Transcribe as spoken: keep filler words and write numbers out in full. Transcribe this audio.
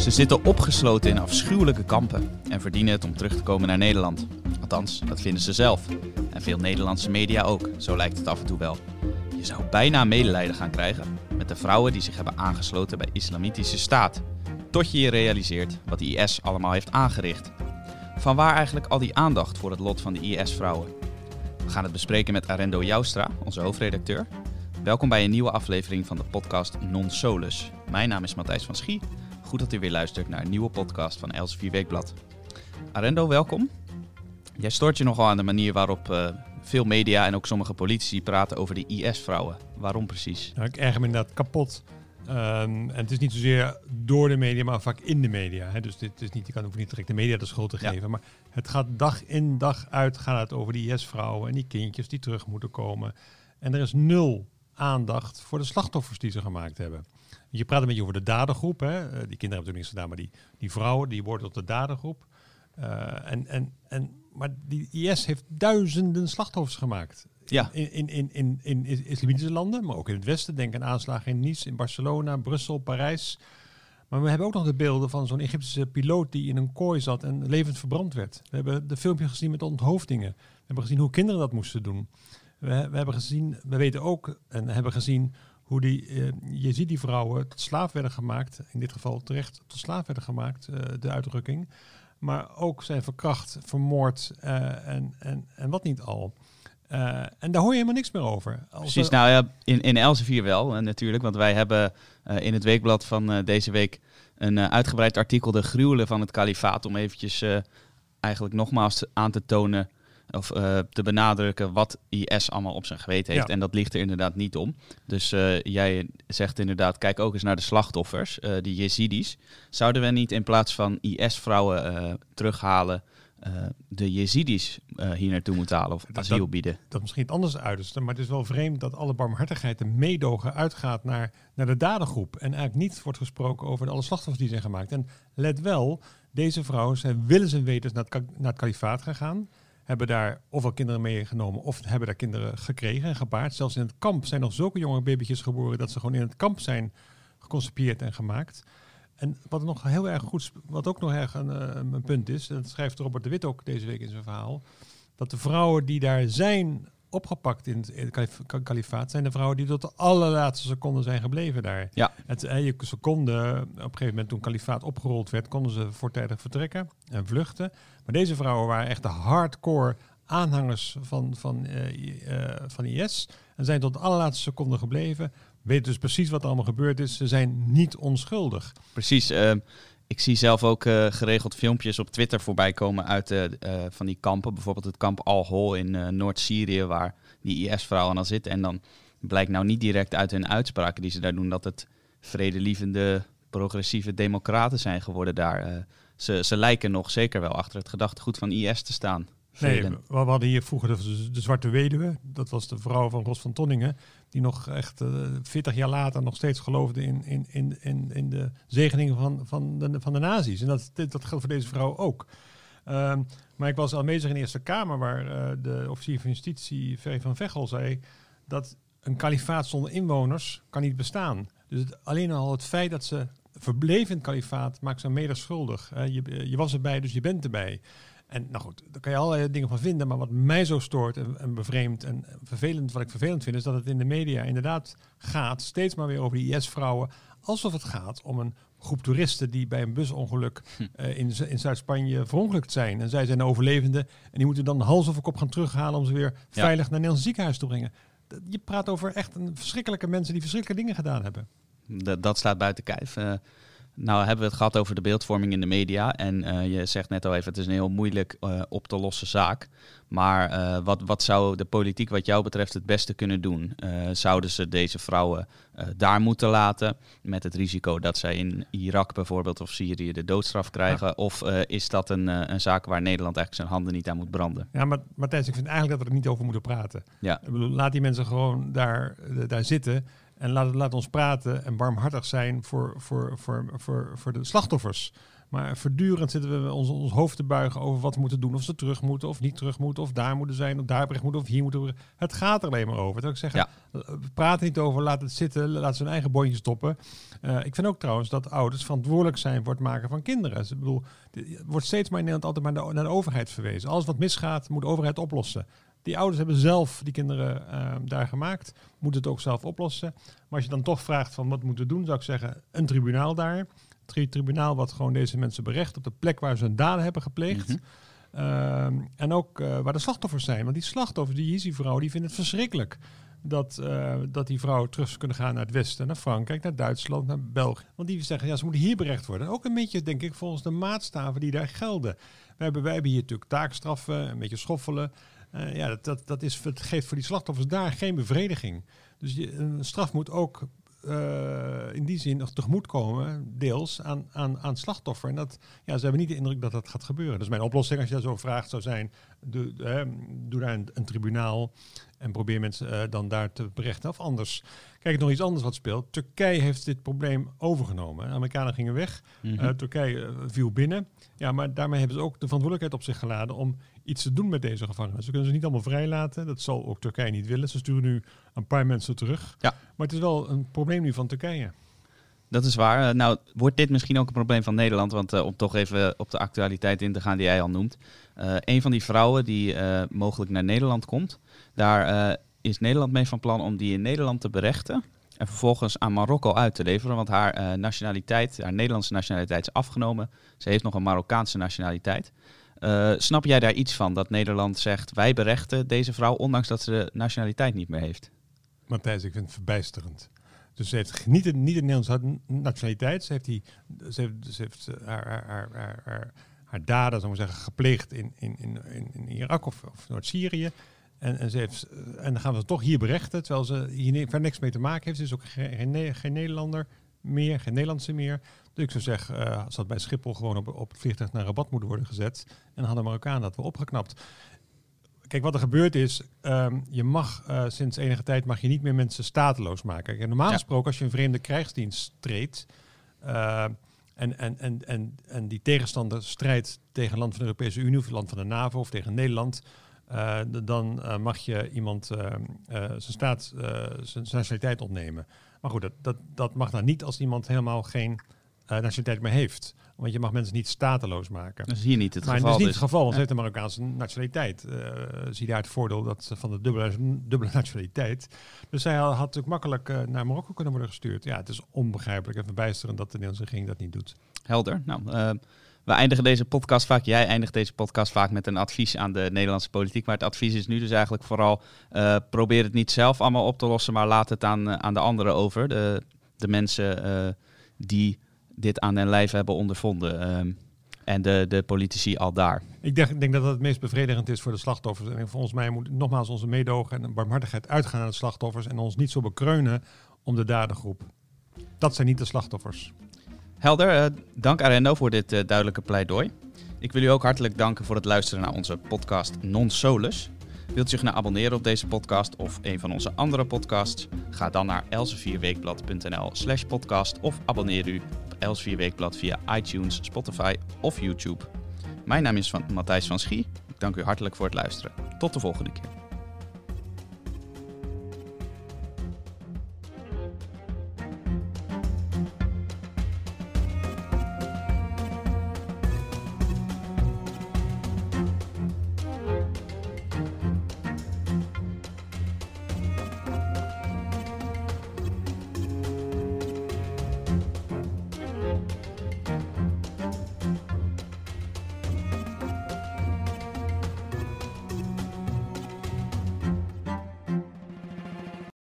Ze zitten opgesloten in afschuwelijke kampen en verdienen het om terug te komen naar Nederland. Althans, dat vinden ze zelf. En veel Nederlandse media ook, zo lijkt het af en toe wel. Je zou bijna medelijden gaan krijgen met de vrouwen die zich hebben aangesloten bij Islamitische Staat. Tot je je realiseert wat de I S allemaal heeft aangericht. Vanwaar eigenlijk al die aandacht voor het lot van de I S-vrouwen? We gaan het bespreken met Arendo Joustra, onze hoofdredacteur. Welkom bij een nieuwe aflevering van de podcast Non Solus. Mijn naam is Matthijs van Schie. Goed dat u weer luistert naar een nieuwe podcast van Elsevier Weekblad. Arendo, welkom. Jij stoort je nogal aan de manier waarop uh, veel media en ook sommige politici praten over de I S-vrouwen. Waarom precies? Nou, ik erger me inderdaad kapot. Um, en het is niet zozeer door de media, maar vaak in de media. Hè. Dus dit is niet, je kan ook niet direct de media de schuld te geven. Ja. Maar het gaat dag in dag uit gaat het over die I S-vrouwen en die kindjes die terug moeten komen. En er is nul aandacht voor de slachtoffers die ze gemaakt hebben. Je praat een beetje over de dadergroep. Hè. Die kinderen hebben natuurlijk niks gedaan, maar die, die vrouwen die worden tot de dadergroep. Uh, en, en, en, maar die I S heeft duizenden slachtoffers gemaakt. Ja. In, in, in, in, in islamitische landen, maar ook in het Westen. Denk aan aanslagen in Nice, in Barcelona, Brussel, Parijs. Maar we hebben ook nog de beelden van zo'n Egyptische piloot die in een kooi zat en levend verbrand werd. We hebben de filmpje gezien met de onthoofdingen. We hebben gezien hoe kinderen dat moesten doen. We, we hebben gezien, we weten ook en hebben gezien hoe die uh, Jezidi-vrouwen tot slaaf werden gemaakt. In dit geval terecht tot slaaf werden gemaakt, uh, de uitdrukking. Maar ook zijn verkracht, vermoord uh, en, en, en wat niet al. Uh, en daar hoor je helemaal niks meer over. Als Precies, er... nou ja, in, in Elsevier wel uh, natuurlijk. Want wij hebben uh, in het weekblad van uh, deze week een uh, uitgebreid artikel, De gruwelen van het kalifaat, om eventjes uh, eigenlijk nogmaals aan te tonen of uh, te benadrukken wat I S allemaal op zijn geweten heeft. Ja. En dat ligt er inderdaad niet om. Dus uh, jij zegt inderdaad, kijk ook eens naar de slachtoffers, uh, die Jezidis. Zouden we niet in plaats van I S-vrouwen uh, terughalen, Uh, de Jezidis uh, hier naartoe moeten halen of asiel dat, bieden? Dat is misschien het anders uiterste, maar het is wel vreemd dat alle barmhartigheid en meedogen uitgaat naar, naar de dadergroep. En eigenlijk niet wordt gesproken over alle slachtoffers die zijn gemaakt. En let wel, deze vrouwen zijn willens en wetens naar het, naar het kalifaat gegaan. Hebben daar ofwel kinderen meegenomen of hebben daar kinderen gekregen en gebaard. Zelfs in het kamp zijn nog zulke jonge babytjes geboren dat ze gewoon in het kamp zijn geconcipieerd en gemaakt. En wat nog heel erg goed, wat ook nog erg een, een punt is, dat schrijft Robert de Wit ook deze week in zijn verhaal, dat de vrouwen die daar zijn opgepakt in het, in het kalifaat, zijn de vrouwen die tot de allerlaatste seconde zijn gebleven daar. Ja. Het, je seconde, op een gegeven moment toen het kalifaat opgerold werd, konden ze voortijdig vertrekken en vluchten. Maar deze vrouwen waren echt de hardcore aanhangers van, van, uh, uh, van I S en zijn tot de allerlaatste seconde gebleven. Weet dus precies wat er allemaal gebeurd is. Ze zijn niet onschuldig. Precies. Uh, ik zie zelf ook uh, geregeld filmpjes op Twitter voorbij komen uit uh, uh, van die kampen. Bijvoorbeeld het kamp Al-Hol in uh, Noord-Syrië, waar die I S-vrouwen al zitten. En dan blijkt nou niet direct uit hun uitspraken die ze daar doen dat het vredelievende, progressieve democraten zijn geworden daar. Uh, ze, ze lijken nog zeker wel achter het gedachtegoed van I S te staan. Nee, we, we hadden hier vroeger de, de Zwarte Weduwe. Dat was de vrouw van Ros van Tonningen. Die nog echt uh, veertig jaar later nog steeds geloofde in, in, in, in, in de zegeningen van, van, de, van de nazi's. En dat, dat geldt voor deze vrouw ook. Um, maar ik was aanwezig in de Eerste Kamer, waar uh, de officier van justitie, Ferry van Veghel, zei dat een kalifaat zonder inwoners kan niet bestaan. Dus het, alleen al het feit dat ze verbleven in het kalifaat maakt ze mede schuldig. Uh, je, je was erbij, dus je bent erbij. En nou goed, daar kan je allerlei dingen van vinden. Maar wat mij zo stoort en, en bevreemd en vervelend, wat ik vervelend vind, is dat het in de media inderdaad gaat, steeds maar weer over die I S-vrouwen. Alsof het gaat om een groep toeristen die bij een busongeluk uh, in, in Zuid-Spanje verongelukt zijn. En zij zijn overlevenden. En die moeten dan hals over kop gaan terughalen om ze weer veilig ja. naar een Nederlands ziekenhuis te brengen. Je praat over echt een verschrikkelijke mensen die verschrikkelijke dingen gedaan hebben. Dat, dat staat buiten kijf. Uh... Nou hebben we het gehad over de beeldvorming in de media. En uh, je zegt net al even, het is een heel moeilijk uh, op te lossen zaak. Maar uh, wat, wat zou de politiek wat jou betreft het beste kunnen doen? Uh, zouden ze deze vrouwen uh, daar moeten laten met het risico dat zij in Irak bijvoorbeeld of Syrië de doodstraf krijgen? Ja. Of uh, is dat een, uh, een zaak waar Nederland eigenlijk zijn handen niet aan moet branden? Ja, maar Matthijs, ik vind eigenlijk dat we er niet over moeten praten. Ja. Ik bedoel, laat die mensen gewoon daar, daar zitten. En laat, laat ons praten en barmhartig zijn voor, voor, voor, voor, voor de slachtoffers. Maar voortdurend zitten we ons, ons hoofd te buigen over wat we moeten doen. Of ze terug moeten of niet terug moeten. Of daar moeten zijn, of daar bericht moeten, of hier moeten we. Het gaat er alleen maar over. Dat ik zeg, ja. we praten niet over, laat het zitten, laat ze hun eigen bondje stoppen. Uh, ik vind ook trouwens dat ouders verantwoordelijk zijn voor het maken van kinderen. Dus ik bedoel, er wordt steeds maar in Nederland altijd maar naar de, naar de overheid verwezen. Alles wat misgaat, moet de overheid oplossen. Die ouders hebben zelf die kinderen uh, daar gemaakt. Moeten het ook zelf oplossen. Maar als je dan toch vraagt van wat moeten we doen, zou ik zeggen, een tribunaal daar. Een tribunaal wat gewoon deze mensen berecht op de plek waar ze hun daden hebben gepleegd. Mm-hmm. Uh, en ook uh, waar de slachtoffers zijn. Want die slachtoffers, die Jeezy-vrouw, die vinden het verschrikkelijk. Dat, uh, dat die vrouwen terug kunnen gaan naar het westen, naar Frankrijk, naar Duitsland, naar België. Want die zeggen, ja, ze moeten hier berecht worden. Ook een beetje, denk ik, volgens de maatstaven die daar gelden. Wij hebben, wij hebben hier natuurlijk taakstraffen, een beetje schoffelen. Uh, ja, dat, dat, dat is, het geeft voor die slachtoffers daar geen bevrediging. Dus je, een straf moet ook uh, in die zin nog tegemoetkomen, deels, aan, aan, aan het slachtoffer. En dat, ja, ze hebben niet de indruk dat dat gaat gebeuren. Dus mijn oplossing, als je dat zo vraagt, zou zijn, doe, uh, doe daar een, een tribunaal en probeer mensen uh, dan daar te berechten. Of anders. Kijk, nog iets anders wat speelt. Turkije heeft dit probleem overgenomen. De Amerikanen gingen weg. Mm-hmm. Uh, Turkije uh, viel binnen. Ja, maar daarmee hebben ze ook de verantwoordelijkheid op zich geladen om iets te doen met deze gevangenen. Ze kunnen ze niet allemaal vrijlaten. Dat zal ook Turkije niet willen. Ze sturen nu een paar mensen terug. Ja. Maar het is wel een probleem nu van Turkije. Dat is waar. Uh, nou, wordt dit misschien ook een probleem van Nederland? Want uh, om toch even op de actualiteit in te gaan die jij al noemt. Uh, een van die vrouwen die uh, mogelijk naar Nederland komt, daar uh, is Nederland mee van plan om die in Nederland te berechten en vervolgens aan Marokko uit te leveren. Want haar uh, nationaliteit, haar Nederlandse nationaliteit is afgenomen. Ze heeft nog een Marokkaanse nationaliteit. Uh, snap jij daar iets van, dat Nederland zegt, wij berechten deze vrouw, ondanks dat ze de nationaliteit niet meer heeft? Matthijs, ik vind het verbijsterend. Dus ze heeft niet de, niet de Nederlandse nationaliteit. Ze heeft, die, ze heeft, ze heeft haar, haar, haar, haar, haar daden, zou ik maar zeggen, gepleegd in, in, in, in Irak of, of Noord-Syrië. En, en, ze heeft, en dan gaan we ze toch hier berechten, terwijl ze hier verder niks mee te maken heeft. Ze is ook geen, geen, geen Nederlander meer, geen Nederlandse meer. Dus ik zou zeggen, uh, ze had bij Schiphol gewoon op, op het vliegtuig naar Rabat moeten worden gezet. En dan hadden Marokkanen dat wel opgeknapt. Kijk, wat er gebeurd is, um, je mag uh, sinds enige tijd mag je niet meer mensen stateloos maken. Kijk, normaal ja. gesproken, als je een vreemde krijgsdienst treedt uh, en, en, en, en, en die tegenstander strijdt tegen een land van de Europese Unie of een land van de NAVO of tegen Nederland, uh, dan uh, mag je iemand uh, uh, zijn staat, uh, zijn nationaliteit ontnemen. Maar goed, dat, dat, dat mag dan niet als iemand helemaal geen uh, nationaliteit meer heeft. Want je mag mensen niet stateloos maken. Dat is hier niet het maar geval. Dat is niet dus. het geval, want ja. ze heeft een Marokkaanse nationaliteit. Uh, zie daar het voordeel dat van de dubbele, dubbele nationaliteit. Dus zij had, had natuurlijk makkelijk uh, naar Marokko kunnen worden gestuurd. Ja, het is onbegrijpelijk en verbijsterend dat de Nederlandse regering dat niet doet. Helder. Nou, uh, we eindigen deze podcast vaak, jij eindigt deze podcast vaak met een advies aan de Nederlandse politiek. Maar het advies is nu dus eigenlijk vooral, uh, probeer het niet zelf allemaal op te lossen, maar laat het aan, uh, aan de anderen over. De, de mensen uh, die dit aan hun lijf hebben ondervonden. Um, en de, de politici al daar. Ik denk, denk dat dat het meest bevredigend is voor de slachtoffers. En volgens mij moet nogmaals onze meedogen en barmhartigheid uitgaan aan de slachtoffers en ons niet zo bekreunen om de dadergroep. Dat zijn niet de slachtoffers. Helder. Uh, dank Arendo voor dit uh, duidelijke pleidooi. Ik wil u ook hartelijk danken voor het luisteren naar onze podcast Non Solus. Wilt u zich nou abonneren op deze podcast of een van onze andere podcasts? Ga dan naar elsevierweekblad.nl slash podcast of abonneer u op Elsevier Weekblad via iTunes, Spotify of YouTube. Mijn naam is van Matthijs van Schie. Ik dank u hartelijk voor het luisteren. Tot de volgende keer.